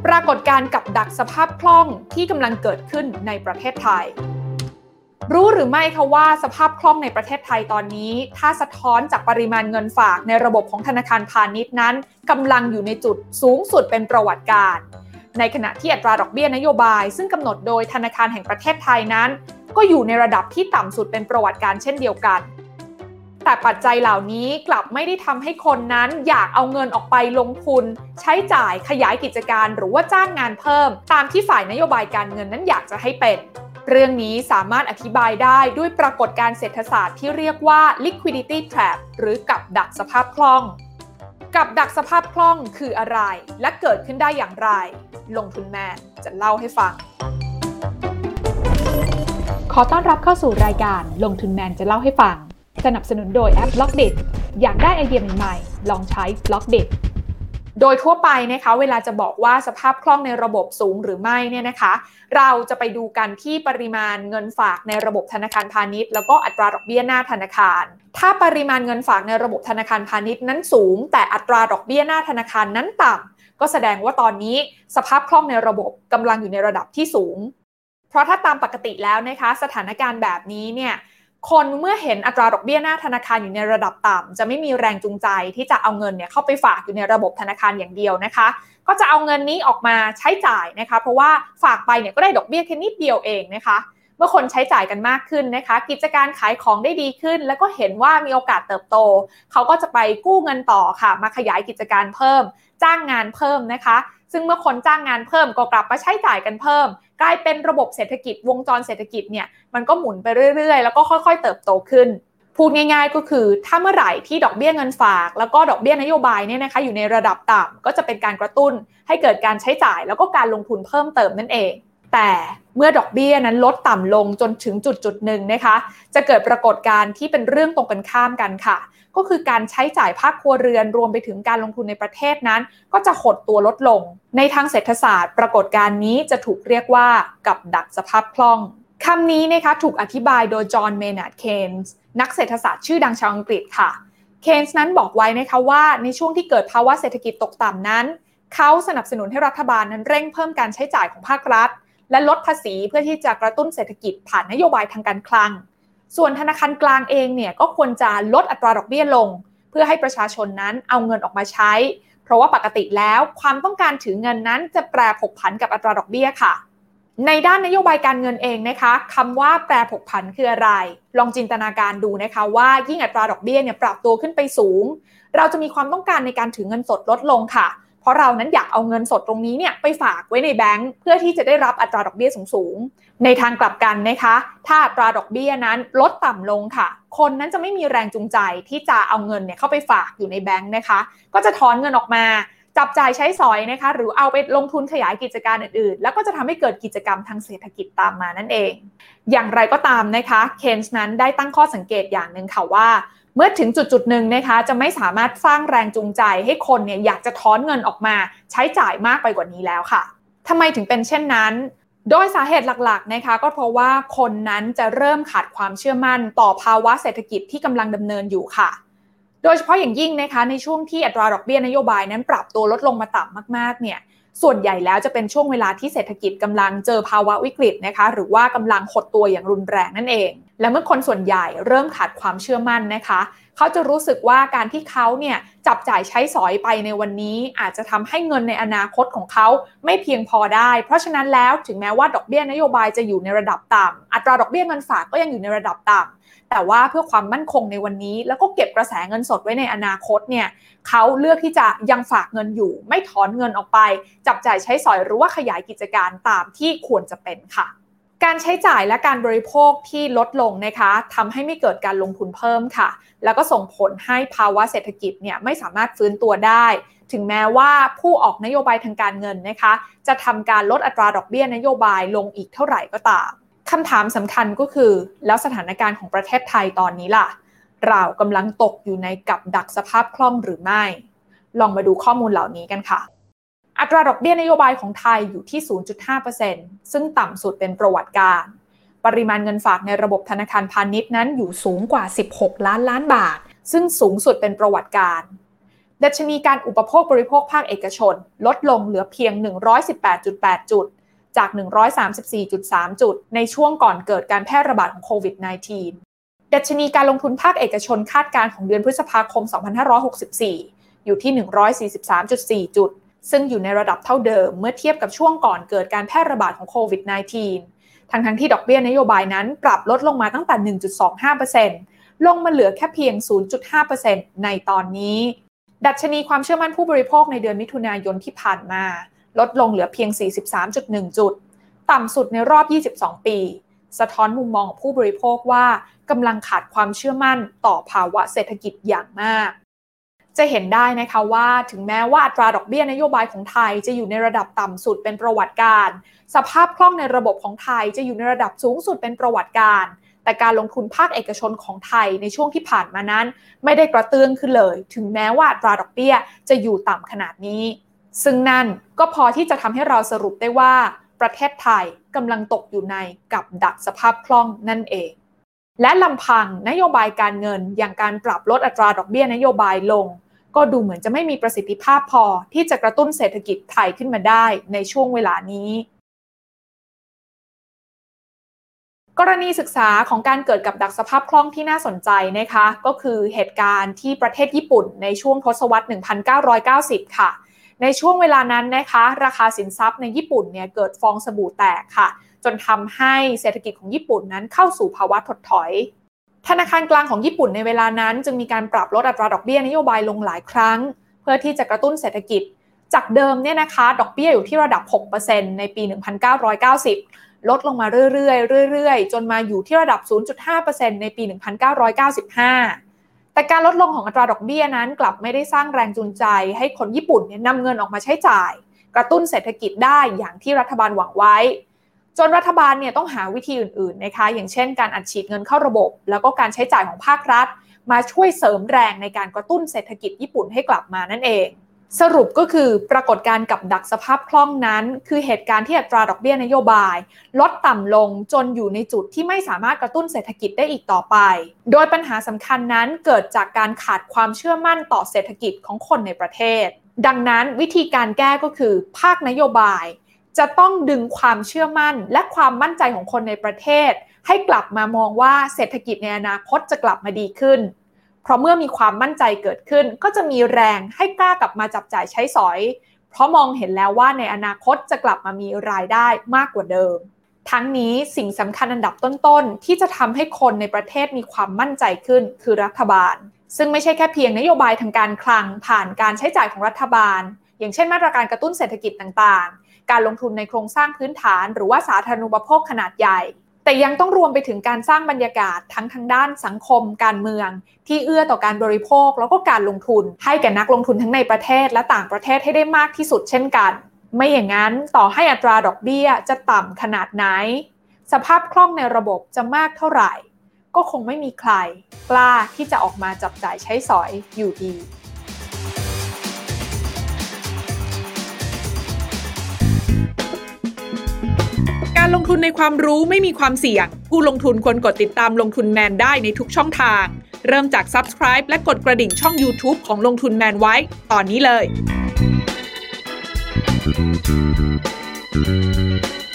รากฏการณ์กับดักสภาพคล่องที่กำลังเกิดขึ้นในประเทศไทยรู้หรือไม่คะว่าสภาพคล่องในประเทศไทยตอนนี้ถ้าสะท้อนจากปริมาณเงินฝากในระบบของธนาคารพาณิชย์นั้นกำลังอยู่ในจุดสูงสุดเป็นประวัติการณ์ในขณะที่อัตราดอกเบี้ยนโยบายซึ่งกำหนดโดยธนาคารแห่งประเทศไทยนั้นก็อยู่ในระดับที่ต่ำสุดเป็นประวัติการณ์เช่นเดียวกันแต่ปัจจัยเหล่านี้กลับไม่ได้ทำให้คนนั้นอยากเอาเงินออกไปลงทุนใช้จ่ายขยายกิจการหรือว่าจ้างงานเพิ่มตามที่ฝ่ายนโยบายการเงินนั้นอยากจะให้เป็นเรื่องนี้สามารถอธิบายได้ด้วยปรากฏการณ์เศรษฐศาสตร์ที่เรียกว่า liquidity trap หรือกับดักสภาพคล่องกับดักสภาพคล่องคืออะไรและเกิดขึ้นได้อย่างไรลงทุนแมนจะเล่าให้ฟังขอต้อนรับเข้าสู่รายการลงทุนแมนจะเล่าให้ฟังสนับสนุนโดยแอป Blockdit อยากได้ไอเดียใหม่ๆลองใช้ Blockdit โดยทั่วไปนะคะเวลาจะบอกว่าสภาพคล่องในระบบสูงหรือไม่เนี่ยนะคะเราจะไปดูกันที่ปริมาณเงินฝากในระบบธนาคารพาณิชย์แล้วก็อัตราดอกเบี้ยหน้าธนาคารถ้าปริมาณเงินฝากในระบบธนาคารพาณิชย์นั้นสูงแต่อัตราดอกเบี้ยหน้าธนาคารนั้นต่ำก็แสดงว่าตอนนี้สภาพคล่องในระบบกำลังอยู่ในระดับที่สูงเพราะถ้าตามปกติแล้วนะคะสถานการณ์แบบนี้เนี่ยคนเมื่อเห็นอัตราดอกเบี้ยหน้าธนาคารอยู่ในระดับต่ำจะไม่มีแรงจูงใจที่จะเอาเงินเนี่ยเข้าไปฝากอยู่ในระบบธนาคารอย่างเดียวนะคะก็จะเอาเงินนี้ออกมาใช้จ่ายนะคะเพราะว่าฝากไปเนี่ยก็ได้ดอกเบี้ยแค่นิดเดียวเองนะคะเมื่อคนใช้จ่ายกันมากขึ้นนะคะกิจการขายของได้ดีขึ้นแล้วก็เห็นว่ามีโอกาสเติบโตเขาก็จะไปกู้เงินต่อค่ะมาขยายกิจการเพิ่มจ้างงานเพิ่มนะคะซึ่งเมื่อคนจ้างงานเพิ่มก็กลับมาใช้จ่ายกันเพิ่มกลายเป็นระบบเศรษฐกิจวงจรเศรษฐกิจเนี่ยมันก็หมุนไปเรื่อยๆแล้วก็ค่อยๆเติบโตขึ้นพูดง่ายๆก็คือถ้าเมื่อไหร่ที่ดอกเบี้ยเงินฝากแล้วก็ดอกเบี้ยนโยบายเนี่ยนะคะอยู่ในระดับต่ำก็จะเป็นการกระตุ้นให้เกิดการใช้จ่ายแล้วก็การลงทุนเพิ่มเติมนั่นเองแต่เมื่อดอกเบี้ยนั้นลดต่ำลงจนถึงจุดหนึ่งนะคะจะเกิดปรากฏการณ์ที่เป็นเรื่องตรงกันข้ามกันค่ะก็คือการใช้จ่ายภาคครัวเรือนรวมไปถึงการลงทุนในประเทศนั้นก็จะหดตัวลดลงในทางเศรษฐศาสตร์ปรากฏการณ์นี้จะถูกเรียกว่ากับดักสภาพคล่องคำนี้นะคะถูกอธิบายโดยจอห์นเมนาร์ดเคนส์นักเศรษฐศาสตร์ชื่อดังชาวอังกฤษค่ะเคนส์นั้นบอกไว้นะคะว่าในช่วงที่เกิดภาวะเศรษฐกิจตกต่ำนั้นเขาสนับสนุนให้รัฐบาลนั้นเร่งเพิ่มการใช้จ่ายของภาครัฐและลดภาษีเพื่อที่จะกระตุ้นเศรษฐกิจผ่านนโยบายทางการคลังส่วนธนาคารกลางเองเนี่ยก็ควรจะลดอัตราดอกเบี้ยลงเพื่อให้ประชาชนนั้นเอาเงินออกมาใช้เพราะว่าปกติแล้วความต้องการถือเงินนั้นจะแปรผกผันกับอัตราดอกเบี้ยค่ะในด้านนโยบายการเงินเองนะคะคำว่าแปรผกผันคืออะไรลองจินตนาการดูนะคะว่ายิ่งอัตราดอกเบี้ยเนี่ยปรับตัวขึ้นไปสูงเราจะมีความต้องการในการถือเงินสดลดลงค่ะเพราะเรานั้นอยากเอาเงินสดตรงนี้เนี่ยไปฝากไว้ในแบงก์เพื่อที่จะได้รับอัตราดอกเบี้ยสูงๆในทางกลับกันนะคะถ้าอัตราดอกเบี้ยนั้นลดต่ำลงค่ะคนนั้นจะไม่มีแรงจูงใจที่จะเอาเงินเนี่ยเข้าไปฝากอยู่ในแบงก์นะคะก็จะถอนเงินออกมาจับจ่ายใช้สอยนะคะหรือเอาไปลงทุนขยายกิจการอื่นๆแล้วก็จะทำให้เกิดกิจกรรมทางเศรษฐกิจตามมานั่นเองอย่างไรก็ตามนะคะเคนส์นั้นได้ตั้งข้อสังเกตอย่างนึงค่ะว่าเมื่อถึงจุดหนึ่งนะคะจะไม่สามารถสร้างแรงจูงใจให้คนเนี่ยอยากจะถอนเงินออกมาใช้จ่ายมากไปกว่านี้แล้วค่ะทำไมถึงเป็นเช่นนั้นโดยสาเหตุหลักๆนะคะก็เพราะว่าคนนั้นจะเริ่มขาดความเชื่อมั่นต่อภาวะเศรษฐกิจที่กำลังดำเนินอยู่ค่ะโดยเฉพาะอย่างยิ่งนะคะในช่วงที่อัตราดอกเบี้ยนโยบายนั้นปรับตัวลดลงมาต่ำมากๆเนี่ยส่วนใหญ่แล้วจะเป็นช่วงเวลาที่เศรษฐกิจกำลังเจอภาวะวิกฤตนะคะหรือว่ากำลังหดตัวอย่างรุนแรงนั่นเองและเมื่อคนส่วนใหญ่เริ่มขาดความเชื่อมั่นนะคะเขาจะรู้สึกว่าการที่เขาเนี่ยจับจ่ายใช้สอยไปในวันนี้อาจจะทำให้เงินในอนาคตของเขาไม่เพียงพอได้เพราะฉะนั้นแล้วถึงแม้ว่าดอกเบี้ยนโยบายจะอยู่ในระดับต่ำอัตราดอกเบี้ยเงินฝากก็ยังอยู่ในระดับต่ำแต่ว่าเพื่อความมั่นคงในวันนี้แล้วก็เก็บกระแสเงินสดไว้ในอนาคตเนี่ยเขาเลือกที่จะยังฝากเงินอยู่ไม่ถอนเงินออกไปจับจ่ายใช้สอยหรือว่าขยายกิจการตามที่ควรจะเป็นค่ะการใช้จ่ายและการบริโภคที่ลดลงนะคะทำให้ไม่เกิดการลงทุนเพิ่มค่ะแล้วก็ส่งผลให้ภาวะเศรษฐกิจเนี่ยไม่สามารถฟื้นตัวได้ถึงแม้ว่าผู้ออกนโยบายทางการเงินนะคะจะทำการลดอัตราดอกเบี้ยนโยบายลงอีกเท่าไหร่ก็ตามคำถามสำคัญก็คือแล้วสถานการณ์ของประเทศไทยตอนนี้ล่ะเรากำลังตกอยู่ในกับดักสภาพคล่องหรือไม่ลองมาดูข้อมูลเหล่านี้กันค่ะอัตราดอกเบี้ยนโยบายของไทยอยู่ที่ 0.5% ซึ่งต่ำสุดเป็นประวัติการณ์ปริมาณเงินฝากในระบบธนาคารพาณิชย์นั้นอยู่สูงกว่า16 ล้านล้านบาทซึ่งสูงสุดเป็นประวัติการณ์ดัชนีการอุปโภคบริโภคภาคเอกชนลดลงเหลือเพียง 118.8 จุดจาก 134.3 จุดในช่วงก่อนเกิดการแพร่ระบาดของโควิด -19 ดัชนีการลงทุนภาคเอกชนคาดการณ์ของเดือนพฤษภาคม 2564 อยู่ที่ 143.4 จุดซึ่งอยู่ในระดับเท่าเดิมเมื่อเทียบกับช่วงก่อนเกิดการแพร่ระบาดของโควิด -19 ทั้งที่ดอกเบี้ยนโยบายนั้นปรับลดลงมาตั้งแต่ 1.25% ลงมาเหลือแค่เพียง 0.5% ในตอนนี้ดัชนีความเชื่อมั่นผู้บริโภคในเดือนมิถุนายนที่ผ่านมาลดลงเหลือเพียง 43.1 จุดต่ำสุดในรอบ 22 ปีสะท้อนมุมมองของผู้บริโภคว่ากำลังขาดความเชื่อมั่นต่อภาวะเศรษฐกิจอย่างมากจะเห็นได้นะคะว่าถึงแม้ว่าอัตราดอกเบี้ยนโยบายของไทยจะอยู่ในระดับต่ำสุดเป็นประวัติการสภาพคล่องในระบบของไทยจะอยู่ในระดับสูงสุดเป็นประวัติการแต่การลงทุนภาคเอกชนของไทยในช่วงที่ผ่านมานั้นไม่ได้กระเตื้องขึ้นเลยถึงแม้ว่าอัตราดอกเบี้ยจะอยู่ต่ำขนาดนี้ซึ่งนั่นก็พอที่จะทำให้เราสรุปได้ว่าประเทศไทยกำลังตกอยู่ในกับดักสภาพคล่องนั่นเองและลำพังนโยบายการเงินอย่างการปรับลดอัตราดอกเบี้ยนโยบายลงก็ดูเหมือนจะไม่มีประสิทธิภาพพอที่จะกระตุ้นเศรษฐกิจไทยขึ้นมาได้ในช่วงเวลานี้กรณีศึกษาของการเกิดกับดักสภาพคล่องที่น่าสนใจนะคะก็คือเหตุการณ์ที่ประเทศญี่ปุ่นในช่วงทศวรรษ 1990 ค่ะในช่วงเวลานั้นนะคะราคาสินทรัพย์ในญี่ปุ่นเนี่ยเกิดฟองสบู่แตกค่ะจนทำให้เศรษฐกิจของญี่ปุ่นนั้นเข้าสู่ภาวะถดถอยธนาคารกลางของญี่ปุ่นในเวลานั้นจึงมีการปรับลดอัตราดอกเบี้ยนโยบายลงหลายครั้งเพื่อที่จะกระตุ้นเศรษฐกิจจากเดิมเนี่ยนะคะดอกเบี้ยอยู่ที่ระดับ 6% ในปี 1990 ลดลงมาเรื่อยๆจนมาอยู่ที่ระดับ 0.5% ในปี 1995 แต่การลดลงของอัตราดอกเบี้ยนั้นกลับไม่ได้สร้างแรงจูงใจให้คนญี่ปุ่นนำเงินออกมาใช้จ่ายกระตุ้นเศรษฐกิจได้อย่างที่รัฐบาลหวังไว้จนรัฐบาลต้องหาวิธีอื่นๆนะคะอย่างเช่นการอัดฉีดเงินเข้าระบบแล้วก็การใช้จ่ายของภาครัฐมาช่วยเสริมแรงในการกระตุ้นเศรษฐกิจญี่ปุ่นให้กลับมานั่นเองสรุปก็คือปรากฏการณ์กับดักสภาพคล่องนั้นคือเหตุการณ์ที่อัตราดอกเบี้ยนโยบายลดต่ำลงจนอยู่ในจุดที่ไม่สามารถกระตุ้นเศรษฐกิจได้อีกต่อไปโดยปัญหาสำคัญนั้นเกิดจากการขาดความเชื่อมั่นต่อเศรษฐกิจของคนในประเทศดังนั้นวิธีการแก้ก็คือภาคนโยบายจะต้องดึงความเชื่อมั่นและความมั่นใจของคนในประเทศให้กลับมามองว่าเศรษฐกิจในอนาคตจะกลับมาดีขึ้นเพราะเมื่อมีความมั่นใจเกิดขึ้นก็จะมีแรงให้กล้ากลับมาจับจ่ายใช้สอยเพราะมองเห็นแล้วว่าในอนาคตจะกลับมามีรายได้มากกว่าเดิมทั้งนี้สิ่งสำคัญอันดับต้นๆที่จะทำให้คนในประเทศมีความมั่นใจขึ้นคือรัฐบาลซึ่งไม่ใช่แค่เพียงนโยบายทางการคลังผ่านการใช้จ่ายของรัฐบาลอย่างเช่นมาตรการกระตุ้นเศรษฐกิจต่างๆการลงทุนในโครงสร้างพื้นฐานหรือว่าสาธารณูปโภคขนาดใหญ่แต่ยังต้องรวมไปถึงการสร้างบรรยากาศทั้งทางด้านสังคมการเมืองที่เอื้อต่อการบริโภคแล้วก็การลงทุนให้แก่นักลงทุนทั้งในประเทศและต่างประเทศให้ได้มากที่สุดเช่นกันไม่อย่างนั้นต่อให้อัตราดอกเบี้ยจะต่ำขนาดไหนสภาพคล่องในระบบจะมากเท่าไหร่ก็คงไม่มีใครกล้าที่จะออกมาจับจ่ายใช้สอยอยู่ดีการลงทุนในความรู้ไม่มีความเสี่ยงผู้ลงทุนควรกดติดตามลงทุนแมนได้ในทุกช่องทางเริ่มจาก Subscribe และกดกระดิ่งช่อง YouTube ของลงทุนแมนไว้ตอนนี้เลย